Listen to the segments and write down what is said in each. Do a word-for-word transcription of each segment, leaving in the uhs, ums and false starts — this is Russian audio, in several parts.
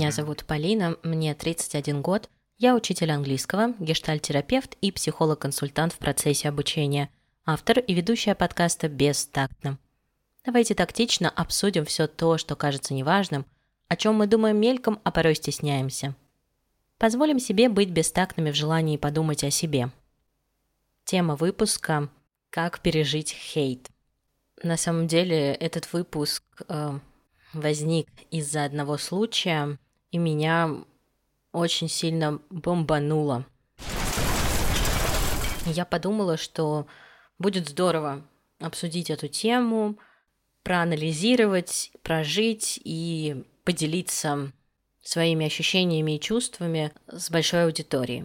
Меня зовут Полина, мне тридцать один год. Я учитель английского, гештальт-терапевт и психолог-консультант в процессе обучения, автор и ведущая подкаста «Бестактно». Давайте тактично обсудим все то, что кажется неважным, о чем мы думаем мельком, а порой стесняемся. Позволим себе быть бестактными в желании подумать о себе. Тема выпуска «Как пережить хейт». На самом деле этот выпуск э, возник из-за одного случая, и меня очень сильно бомбануло. Я подумала, что будет здорово обсудить эту тему, проанализировать, прожить и поделиться своими ощущениями и чувствами с большой аудиторией.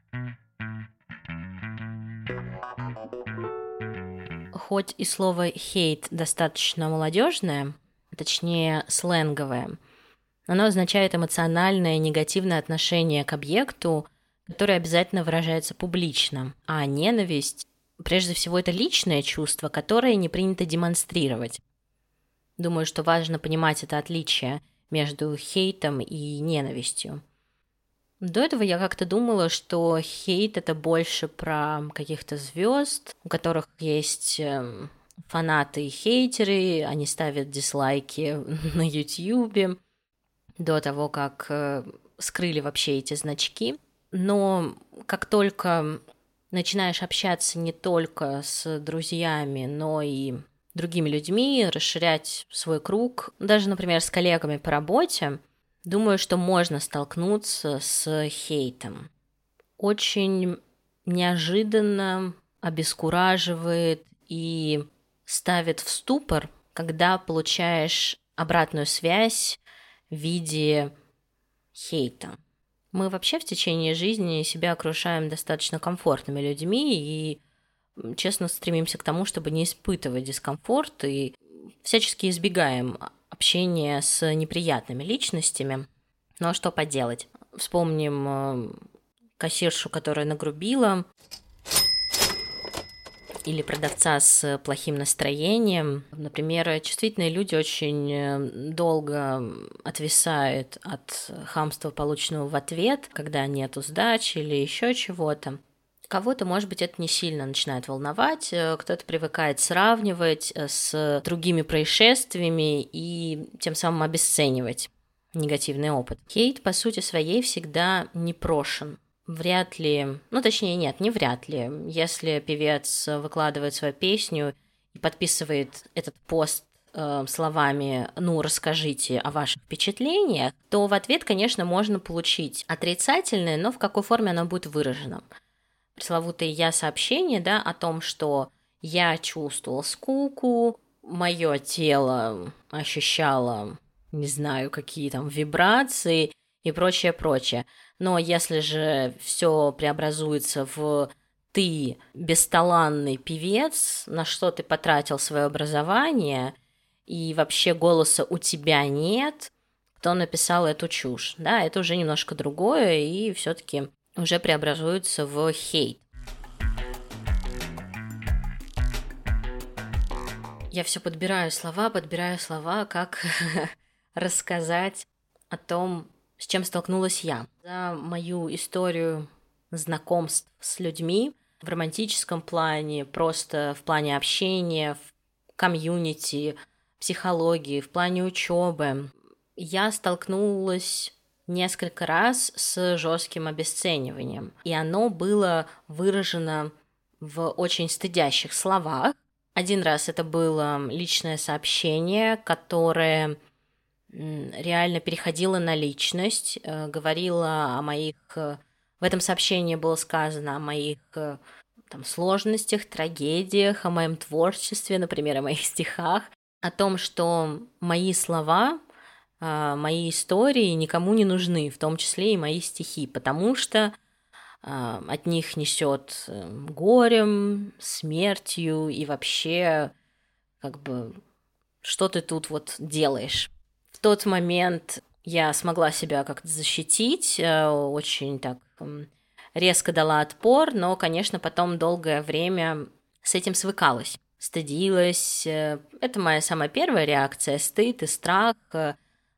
Хоть и слово «хейт» достаточно молодежное, точнее сленговое, оно означает эмоциональное негативное отношение к объекту, которое обязательно выражается публично, а ненависть, прежде всего, это личное чувство, которое не принято демонстрировать. Думаю, что важно понимать это отличие между хейтом и ненавистью. До этого я как-то думала, что хейт — это больше про каких-то звезд, у которых есть фанаты и хейтеры, они ставят дизлайки на Ютьюбе до того, как скрыли вообще эти значки. Но как только начинаешь общаться не только с друзьями, но и другими людьми, расширять свой круг, даже, например, с коллегами по работе, думаю, что можно столкнуться с хейтом. Очень неожиданно обескураживает и ставит в ступор, когда получаешь обратную связь в виде хейта. Мы вообще в течение жизни себя окружаем достаточно комфортными людьми и честно стремимся к тому, чтобы не испытывать дискомфорт и всячески избегаем общения с неприятными личностями. Ну а что поделать? Вспомним э, кассиршу, которая нагрубила, или продавца с плохим настроением. Например, чувствительные люди очень долго отвисают от хамства, полученного в ответ, когда нету сдачи или еще чего-то. Кого-то, может быть, это не сильно начинает волновать, кто-то привыкает сравнивать с другими происшествиями и тем самым обесценивать негативный опыт. Хейт, по сути своей, всегда непрошен. Вряд ли, ну точнее нет, не вряд ли, если певец выкладывает свою песню и подписывает этот пост э, словами «ну, расскажите о ваших впечатлениях», то в ответ, конечно, можно получить отрицательное, но в какой форме оно будет выражено. Пресловутое «я-сообщение», да, о том, что я чувствовал скуку, мое тело ощущало, не знаю, какие там вибрации и прочее, прочее. Но если же все преобразуется в «ты бесталанный певец, на что ты потратил свое образование, и вообще голоса у тебя нет», кто написал эту чушь, да, это уже немножко другое, и все-таки уже преобразуется в хейт. Я все подбираю слова, подбираю слова, как рассказать о том, с чем столкнулась я. За мою историю знакомств с людьми в романтическом плане, просто в плане общения, в комьюнити, психологии, в плане учебы, я столкнулась несколько раз с жестким обесцениванием. И оно было выражено в очень стыдящих словах. Один раз это было личное сообщение, которое реально переходило на личность, говорило о моих... В этом сообщении было сказано о моих там, сложностях, трагедиях, о моем творчестве, например, о моих стихах, о том, что мои слова, мои истории никому не нужны, в том числе и мои стихи, потому что от них несет горем, смертью и вообще, как бы, что ты тут вот делаешь. В тот момент я смогла себя как-то защитить, очень так резко дала отпор, но, конечно, потом долгое время с этим свыкалась, стыдилась. Это моя самая первая реакция, стыд и страх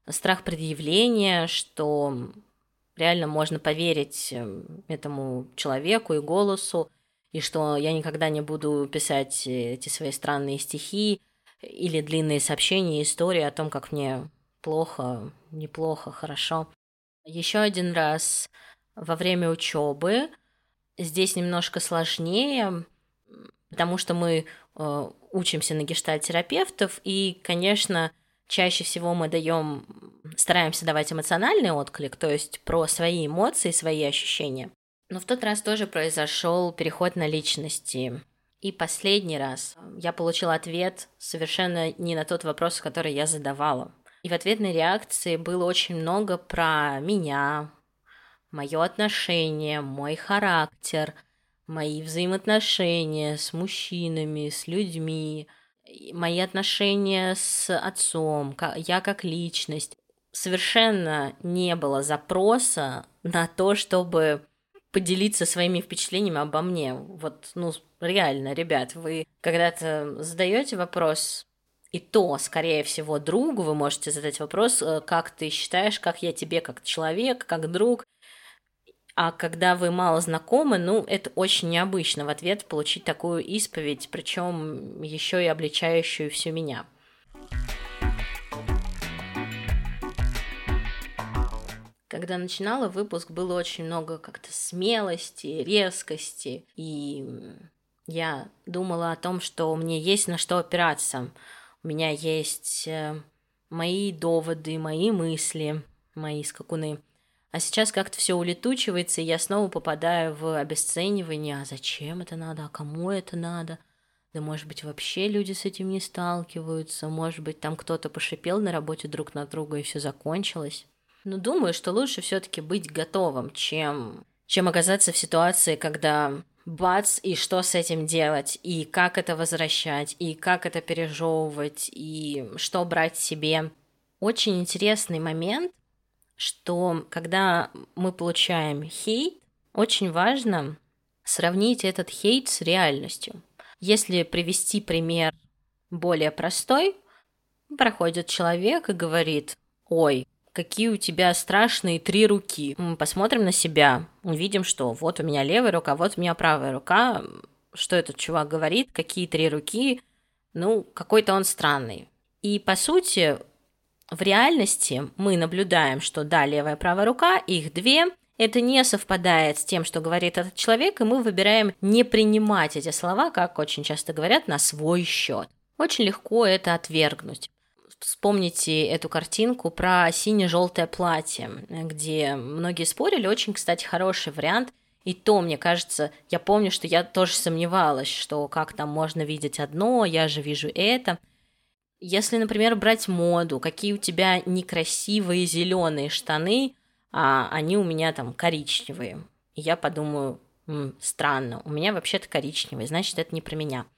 страх предъявления, что реально можно поверить этому человеку и голосу, и что я никогда не буду писать эти свои странные стихи или длинные сообщения, истории о том, как мне плохо, неплохо, хорошо. Еще один раз во время учебы. Здесь немножко сложнее, потому что мы э, учимся на гештальт-терапевтов, и, конечно, чаще всего мы даем, стараемся давать эмоциональный отклик, то есть про свои эмоции, свои ощущения. Но в тот раз тоже произошел переход на личности. И последний раз я получила ответ совершенно не на тот вопрос, который я задавала. И в ответной реакции было очень много про меня, мое отношение, мой характер, мои взаимоотношения с мужчинами, с людьми, мои отношения с отцом, я как личность. Совершенно не было запроса на то, чтобы поделиться своими впечатлениями обо мне. Вот, ну, реально, ребят, вы когда-то задаете вопрос, и то, скорее всего, другу вы можете задать вопрос, как ты считаешь, как я тебе как человек, как друг. А когда вы мало знакомы, ну, это очень необычно в ответ получить такую исповедь, причем еще и обличающую всю меня. Когда начинала выпуск, было очень много как-то смелости, резкости, и я думала о том, что мне есть на что опираться. У меня есть мои доводы, мои мысли, мои скакуны. А сейчас как-то все улетучивается, и я снова попадаю в обесценивание. А зачем это надо? А кому это надо? Да, может быть, вообще люди с этим не сталкиваются. Может быть, там кто-то пошипел на работе друг на друга, и все закончилось. Но думаю, что лучше все-таки быть готовым, чем, чем оказаться в ситуации, когда бац, и что с этим делать, и как это возвращать, и как это пережевывать, и что брать себе. Очень интересный момент, что когда мы получаем хейт, очень важно сравнить этот хейт с реальностью. Если привести пример более простой, проходит человек и говорит: «Ой, какие у тебя страшные три руки». Мы посмотрим на себя, увидим, что вот у меня левая рука, вот у меня правая рука. Что этот чувак говорит? Какие три руки? Ну, какой-то он странный. И, по сути, в реальности мы наблюдаем, что да, левая и правая рука, их две. Это не совпадает с тем, что говорит этот человек, и мы выбираем не принимать эти слова, как очень часто говорят, на свой счет. Очень легко это отвергнуть. Вспомните эту картинку про сине-желтое платье, где многие спорили. Очень, кстати, хороший вариант. И то, мне кажется, я помню, что я тоже сомневалась, что как там можно видеть одно, я же вижу это. Если, например, брать моду, какие у тебя некрасивые зеленые штаны, а они у меня там коричневые. И я подумаю: М, странно, у меня вообще-то коричневые, значит, это не про меня.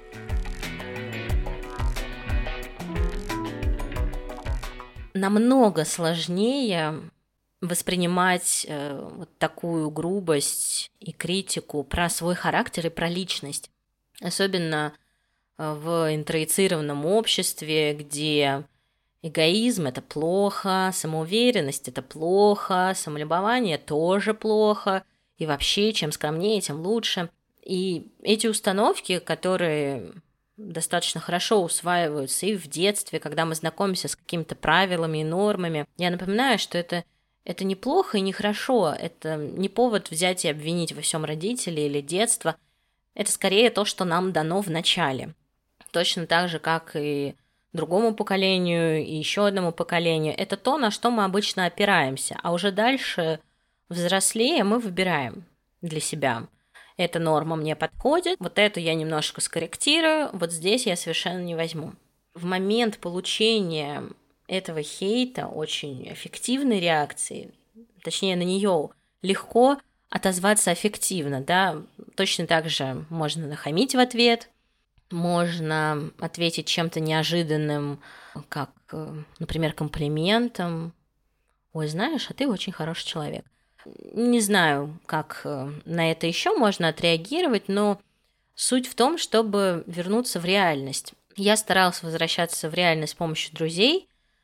Намного сложнее воспринимать э, вот такую грубость и критику про свой характер и про личность. Особенно в интроицированном обществе, где эгоизм – это плохо, самоуверенность – это плохо, самолюбование тоже плохо, и вообще, чем скромнее, тем лучше. И эти установки, которые достаточно хорошо усваиваются и в детстве, когда мы знакомимся с какими-то правилами и нормами, я напоминаю, что это, это неплохо и нехорошо, это не повод взять и обвинить во всем родителей или детство, это скорее то, что нам дано в начале. Точно так же, как и другому поколению, и еще одному поколению. Это то, на что мы обычно опираемся. А уже дальше, взрослее, мы выбираем для себя. Эта норма мне подходит, вот эту я немножко скорректирую, вот здесь я совершенно не возьму. В момент получения этого хейта, очень эффективной реакции, точнее, на нее легко отозваться эффективно, да, точно так же можно нахамить в ответ, можно ответить чем-то неожиданным, как, например, комплиментом. «Ой, знаешь, а ты очень хороший человек». Не знаю, как на это еще можно отреагировать, но суть в том, чтобы вернуться в реальность. Я старалась возвращаться в реальность с помощью друзей,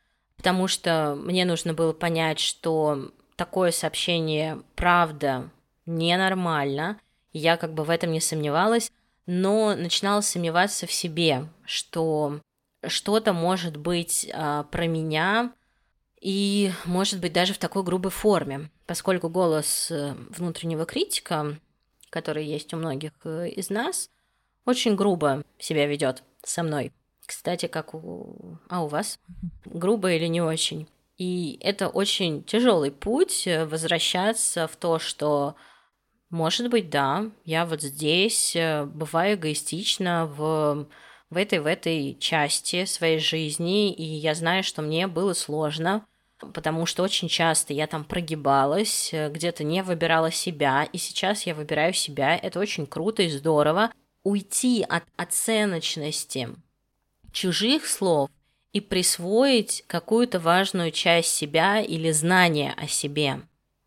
потому что мне нужно было понять, что такое сообщение правда ненормально, и я как бы в этом не сомневалась, но начинала сомневаться в себе, что что-то может быть а, про меня, и, может быть, даже в такой грубой форме, поскольку голос э, внутреннего критика, который есть у многих э, из нас, очень грубо себя ведет со мной. Кстати, как у... А у вас? Грубо или не очень? И это очень тяжелый путь э, возвращаться в то, что, может быть, да, я вот здесь э, бываю эгоистична в, в этой в этой части своей жизни, и я знаю, что мне было сложно, потому что очень часто я там прогибалась, э, где-то не выбирала себя, и сейчас я выбираю себя. Это очень круто и здорово. Уйти от оценочности чужих слов и присвоить какую-то важную часть себя или знание о себе.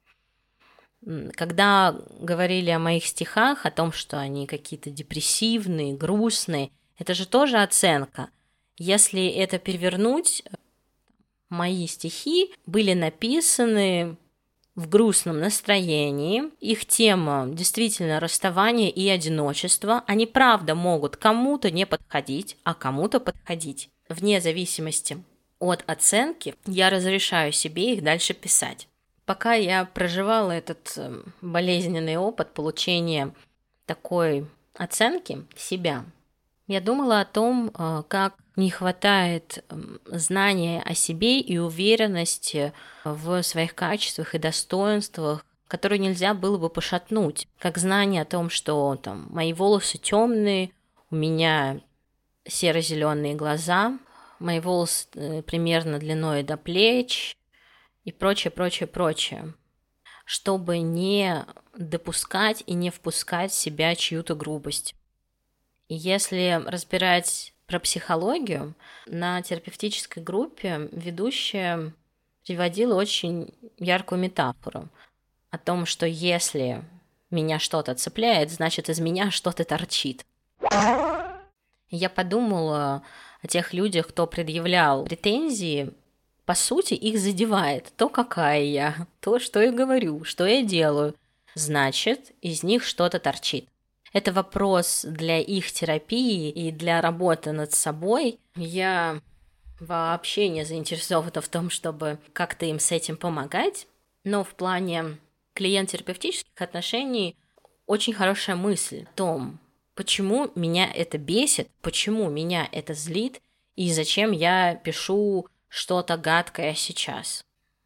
Когда говорили о моих стихах, о том, что они какие-то депрессивные, грустные, это же тоже оценка. Если это перевернуть, мои стихи были написаны в грустном настроении. Их тема действительно расставание и одиночество. Они правда могут кому-то не подходить, а кому-то подходить. Вне зависимости от оценки я разрешаю себе их дальше писать. Пока я проживала этот болезненный опыт получения такой оценки себя, я думала о том, как не хватает знания о себе и уверенности в своих качествах и достоинствах, которые нельзя было бы пошатнуть. Как знание о том, что там мои волосы темные, у меня серо-зеленые глаза, мои волосы примерно длиной до плеч и прочее, прочее, прочее, чтобы не допускать и не впускать в себя чью-то грубость. И если разбирать про психологию, на терапевтической группе ведущая приводила очень яркую метафору о том, что если меня что-то цепляет, значит, из меня что-то торчит. И я подумала о тех людях, кто предъявлял претензии. По сути, их задевает то, какая я, то, что я говорю, что я делаю. Значит, из них что-то торчит. Это вопрос для их терапии и для работы над собой. Я вообще не заинтересована в том, чтобы как-то им с этим помогать, но в плане клиент-терапевтических отношений очень хорошая мысль о том, почему меня это бесит, почему меня это злит и зачем я пишу что-то гадкое сейчас.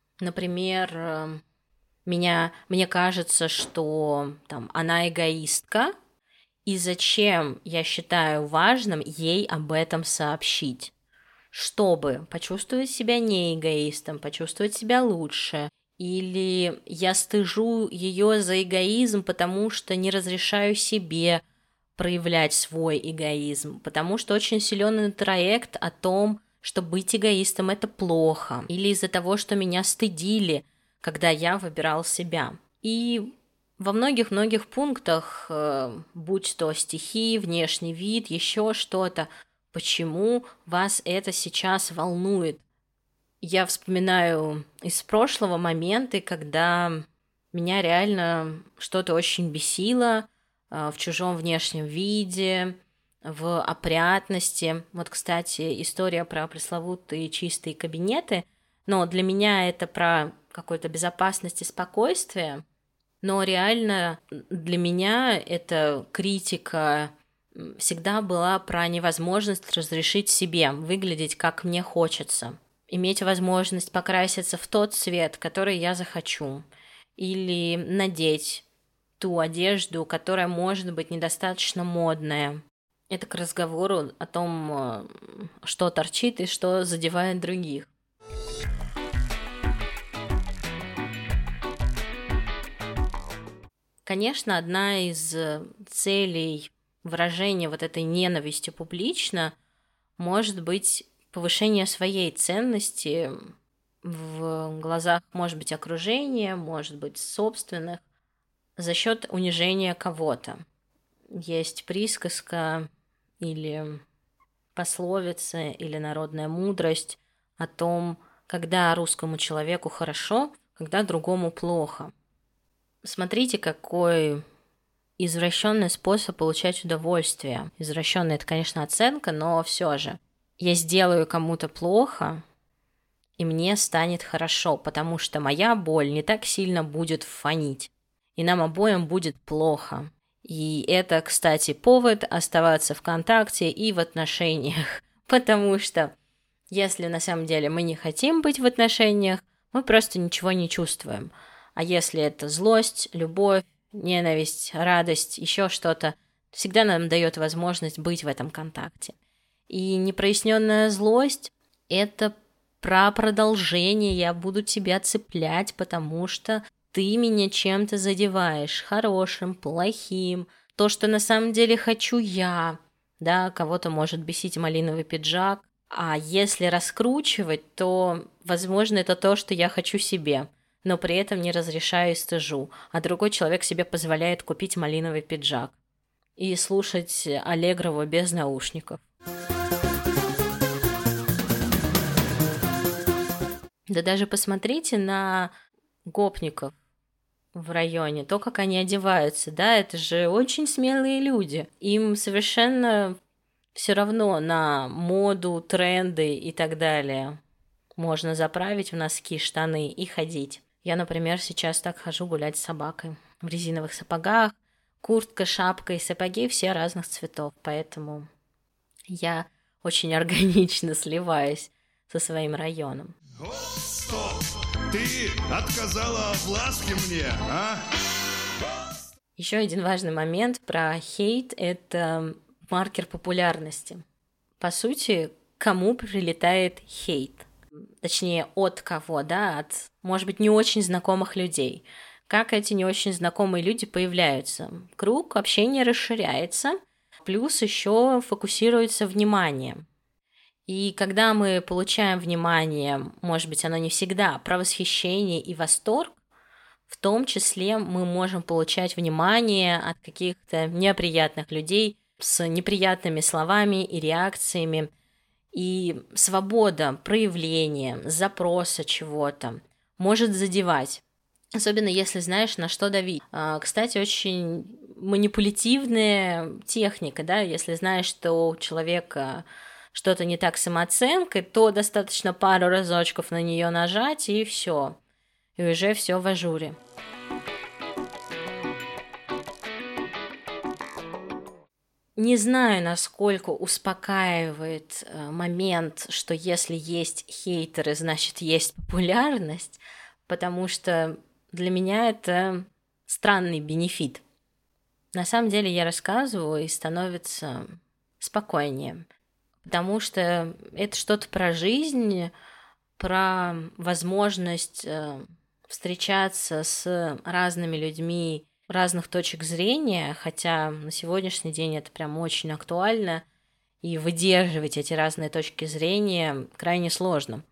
Например, меня, мне кажется, что там, она эгоистка, и зачем я считаю важным ей об этом сообщить, чтобы почувствовать себя не эгоистом, почувствовать себя лучше. Или я стыжу ее за эгоизм, потому что не разрешаю себе проявлять свой эгоизм, потому что очень силен интроект о том, что быть эгоистом – это плохо, или из-за того, что меня стыдили, когда я выбирал себя. И во многих-многих пунктах, будь то стихи, внешний вид, еще что-то, почему вас это сейчас волнует? Я вспоминаю из прошлого моменты, когда меня реально что-то очень бесило в чужом внешнем виде, в опрятности. Вот, кстати, история про пресловутые чистые кабинеты, но для меня это про какую-то безопасность и спокойствие. Но реально для меня эта критика всегда была про невозможность разрешить себе выглядеть, как мне хочется. Иметь возможность покраситься в тот цвет, который я захочу. Или надеть ту одежду, которая может быть недостаточно модная. Это к разговору о том, что торчит и что задевает других. Конечно, одна из целей выражения вот этой ненависти публично может быть повышение своей ценности в глазах, может быть, окружения, может быть, собственных, за счет унижения кого-то. Есть присказка или пословица, или народная мудрость о том, когда русскому человеку хорошо, когда другому плохо. Смотрите, какой извращенный способ получать удовольствие. Извращенный это, конечно, оценка, но все же. Я сделаю кому-то плохо, и мне станет хорошо, потому что моя боль не так сильно будет фонить, и нам обоим будет плохо. И это, кстати, повод оставаться в контакте и в отношениях, потому что если на самом деле мы не хотим быть в отношениях, мы просто ничего не чувствуем. А если это злость, любовь, ненависть, радость, еще что-то, всегда нам дает возможность быть в этом контакте. И непроясненная злость – это про продолжение. Я буду тебя цеплять, потому что ты меня чем-то задеваешь, хорошим, плохим, то, что на самом деле хочу я. Да, кого-то может бесить малиновый пиджак. А если раскручивать, то, возможно, это то, что я хочу себе, но при этом не разрешаю и стыжу, а другой человек себе позволяет купить малиновый пиджак и слушать Аллегрову без наушников. Да даже посмотрите на гопников в районе, то, как они одеваются, да, это же очень смелые люди. Им совершенно все равно на моду, тренды и так далее. Можно заправить в носки, штаны и ходить. Я, например, сейчас так хожу гулять с собакой в резиновых сапогах. Куртка, шапка и сапоги все разных цветов, поэтому я очень органично сливаюсь со своим районом. О, стоп! Ты отказала в ласке мне, а? Еще один важный момент про хейт – это маркер популярности. По сути, кому прилетает хейт? Точнее, от кого, да? От, может быть, не очень знакомых людей. Как эти не очень знакомые люди появляются? Круг общения расширяется, плюс еще фокусируется внимание. И когда мы получаем внимание, может быть, оно не всегда, про восхищение и восторг, в том числе мы можем получать внимание от каких-то неприятных людей с неприятными словами и реакциями. И свобода проявления, запроса чего-то может задевать. Особенно если знаешь, на что давить. Кстати, очень манипулятивная техника, да, если знаешь, что у человека что-то не так с самооценкой, то достаточно пару разочков на нее нажать, и все. И уже все в ажуре. Не знаю, насколько успокаивает э, момент, что если есть хейтеры, значит есть популярность, потому что для меня это странный бенефит. На самом деле я рассказываю, и становится спокойнее, потому что это что-то про жизнь, про возможность э, встречаться с разными людьми, разных точек зрения, хотя на сегодняшний день это прям очень актуально, и выдерживать эти разные точки зрения крайне сложно.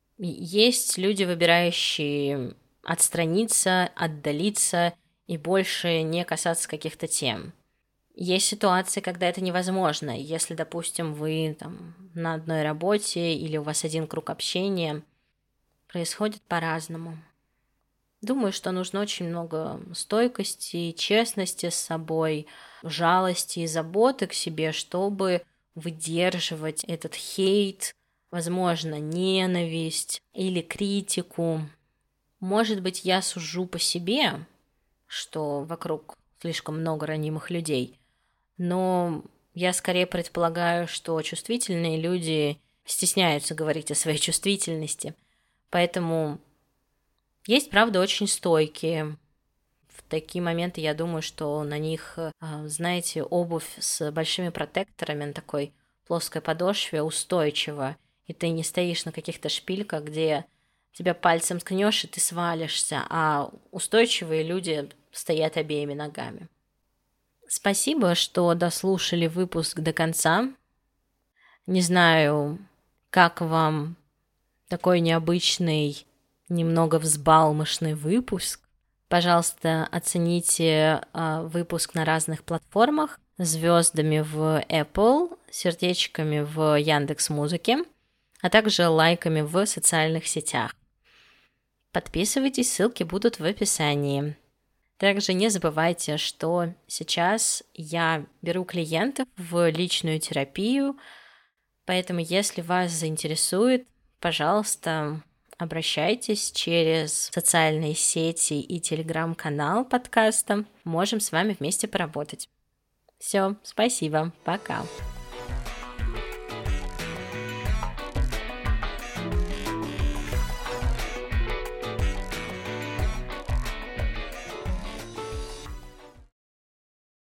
Есть люди, выбирающие отстраниться, отдалиться и больше не касаться каких-то тем. Есть ситуации, когда это невозможно. Если, допустим, вы там на одной работе или у вас один круг общения, происходит по-разному. Думаю, что нужно очень много стойкости, честности с собой, жалости и заботы к себе, чтобы выдерживать этот хейт, возможно, ненависть или критику. Может быть, я сужу по себе, что вокруг слишком много ранимых людей, но я скорее предполагаю, что чувствительные люди стесняются говорить о своей чувствительности, поэтому есть, правда, очень стойкие. В такие моменты я думаю, что на них, знаете, обувь с большими протекторами на такой плоской подошве устойчива, и ты не стоишь на каких-то шпильках, где тебя пальцем ткнешь, и ты свалишься, а устойчивые люди стоят обеими ногами. Спасибо, что дослушали выпуск до конца. Не знаю, как вам такой необычный, немного взбалмошный выпуск. Пожалуйста, оцените э, выпуск на разных платформах, звездами в Apple, сердечками в Яндекс.Музыке, а также лайками в социальных сетях. Подписывайтесь, ссылки будут в описании. Также не забывайте, что сейчас я беру клиентов в личную терапию, поэтому если вас заинтересует, пожалуйста, обращайтесь через социальные сети и телеграм-канал подкаста. Можем с вами вместе поработать. Все, спасибо, пока.